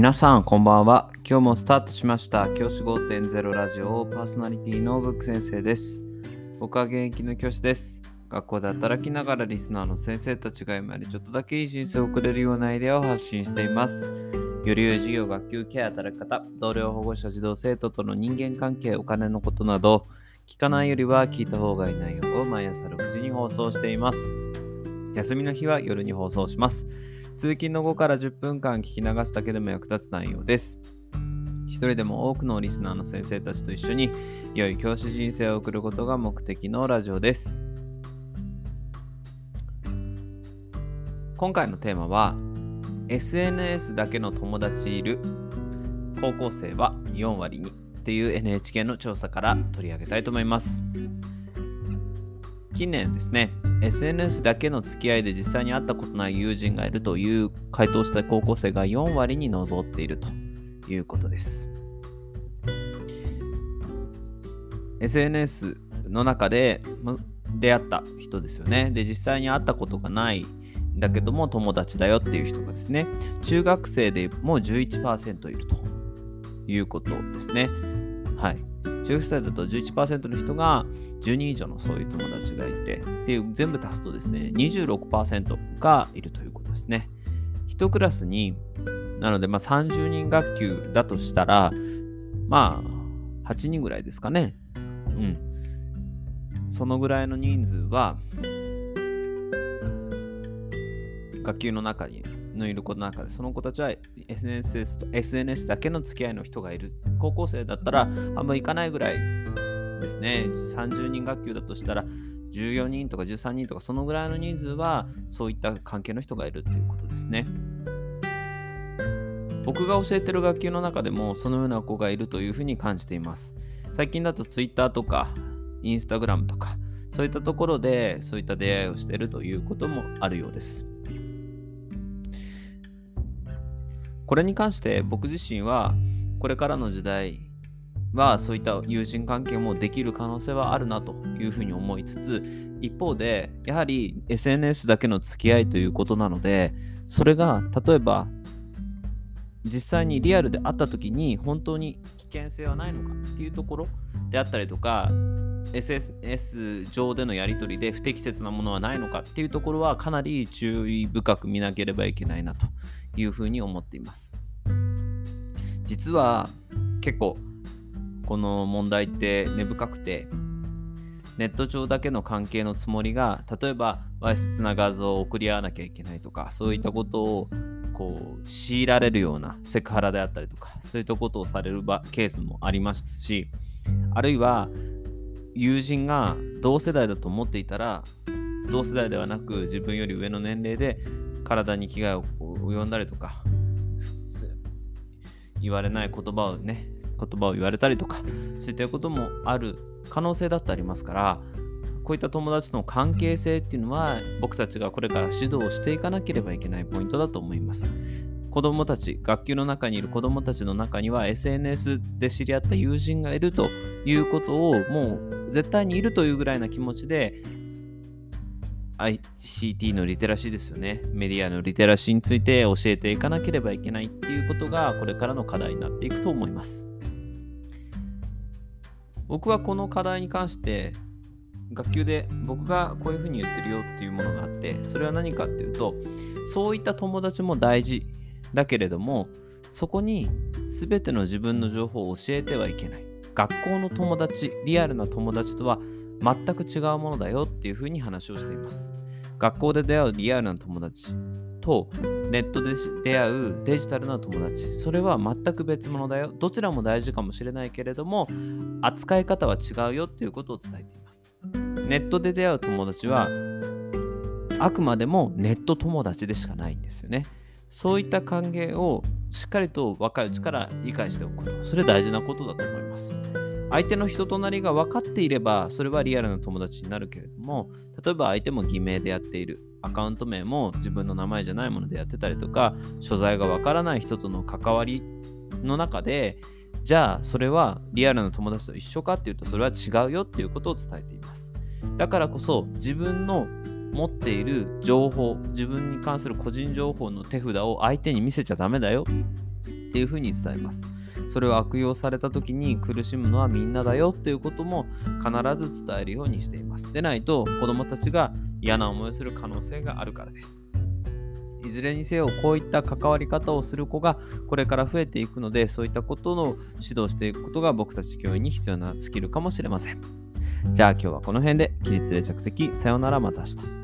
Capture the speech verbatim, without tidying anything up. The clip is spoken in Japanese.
皆さんこんばんは。今日もスタートしました教師 ごてんゼロ ラジオパーソナリティのブック先生です。僕は現役の教師です。学校で働きながらリスナーの先生たちが今よりちょっとだけいい人生を送れるようなアイデアを発信しています。より良い授業、学級、ケア、働き方、同僚、保護者、児童生徒との人間関係、お金のことなど聞かないよりは聞いた方がいい内容を毎朝ろくじに放送しています。休みの日は夜に放送します。通勤の後からじゅっぷんかん聞き流すだけでも役立つ内容です。一人でも多くのリスナーの先生たちと一緒に良い教師人生を送ることが目的のラジオです。今回のテーマは エスエヌエス だけの友達いる高校生はよんわりにっていう エヌエイチケー の調査から取り上げたいと思います。近年ですね、エスエヌエス だけの付き合いで実際に会ったことない友人がいるという回答した高校生がよんわりに上っているということです。エスエヌエス の中で出会った人ですよね。で、実際に会ったことがないんだけども友達だよっていう人がですね、中学生でも じゅういちパーセント いるということですね。はい。中学生だと じゅういちパーセント の人がじゅうにん以上のそういう友達がいて、っていう全部足すとですね にじゅうろくパーセント がいるということですね。一クラスになのでまあさんじゅうにん学級だとしたらまあはちにんぐらいですかね。うん。そのぐらいの人数は学級の中にのいる子の中で、その子たちは エスエヌエス と エスエヌエス だけの付き合いの人がいる。高校生だったら半分いかないぐらいですね。さんじゅうにん学級だとしたらじゅうよにんとかじゅうさんにんとかそのぐらいの人数はそういった関係の人がいるということですね。僕が教えてる学級の中でもそのような子がいるというふうに感じています。最近だと Twitter とか Instagram とかそういったところでそういった出会いをしているということもあるようです。これに関して僕自身はこれからの時代はそういった友人関係もできる可能性はあるなというふうに思いつつ、一方でやはり エスエヌエス だけの付き合いということなので、それが例えば実際にリアルで会った時に本当に危険性はないのかっていうところであったりとか、 エスエヌエス 上でのやり取りで不適切なものはないのかっていうところはかなり注意深く見なければいけないなというふうに思っています。実は結構この問題って根深くて、ネット上だけの関係のつもりが例えばわいせつな画像を送り合わなきゃいけないとか、そういったことをこう強いられるようなセクハラであったりとか、そういったことをされるケースもありますし、あるいは友人が同世代だと思っていたら同世代ではなく自分より上の年齢で体に危害を及んだりとか、言われない言葉をね言葉を言われたりとか、そういったこともある可能性だってありますから、こういった友達との関係性っていうのは僕たちがこれから指導をしていかなければいけないポイントだと思います。子どもたち、学級の中にいる子どもたちの中には エスエヌエス で知り合った友人がいるということをもう絶対にいるというぐらいな気持ちで アイシーティー のリテラシーですよね、メディアのリテラシーについて教えていかなければいけないっていうことがこれからの課題になっていくと思います。僕はこの課題に関して学級で僕がこういうふうに言ってるよっていうものがあって、それは何かっていうと、そういった友達も大事だけれども、そこに全ての自分の情報を教えてはいけない。学校の友達、リアルな友達とは全く違うものだよっていうふうに話をしています。学校で出会うリアルな友達とネットで出会うデジタルな友達、それは全く別物だよ。どちらも大事かもしれないけれども扱い方は違うよっていうことを伝えています。ネットで出会う友達はあくまでもネット友達でしかないんですよね。そういった関係をしっかりと若いうちから理解しておくこと、それ大事なことだと思います。相手の人となりが分かっていればそれはリアルな友達になるけれども、例えば相手も偽名でやっている、アカウント名も自分の名前じゃないものでやってたりとか、所在が分からない人との関わりの中で、じゃあそれはリアルな友達と一緒かっていうとそれは違うよっていうことを伝えています。だからこそ自分の持っている情報、自分に関する個人情報の手札を相手に見せちゃダメだよってっていうふうに伝えます。それを悪用された時に苦しむのはみんなだよっていうことも必ず伝えるようにしています。でないと子どもたちが嫌な思いをする可能性があるからです。いずれにせよこういった関わり方をする子がこれから増えていくので、そういったことの指導していくことが僕たち教員に必要なスキルかもしれません。じゃあ今日はこの辺で。起立で着席。さようなら、また明日。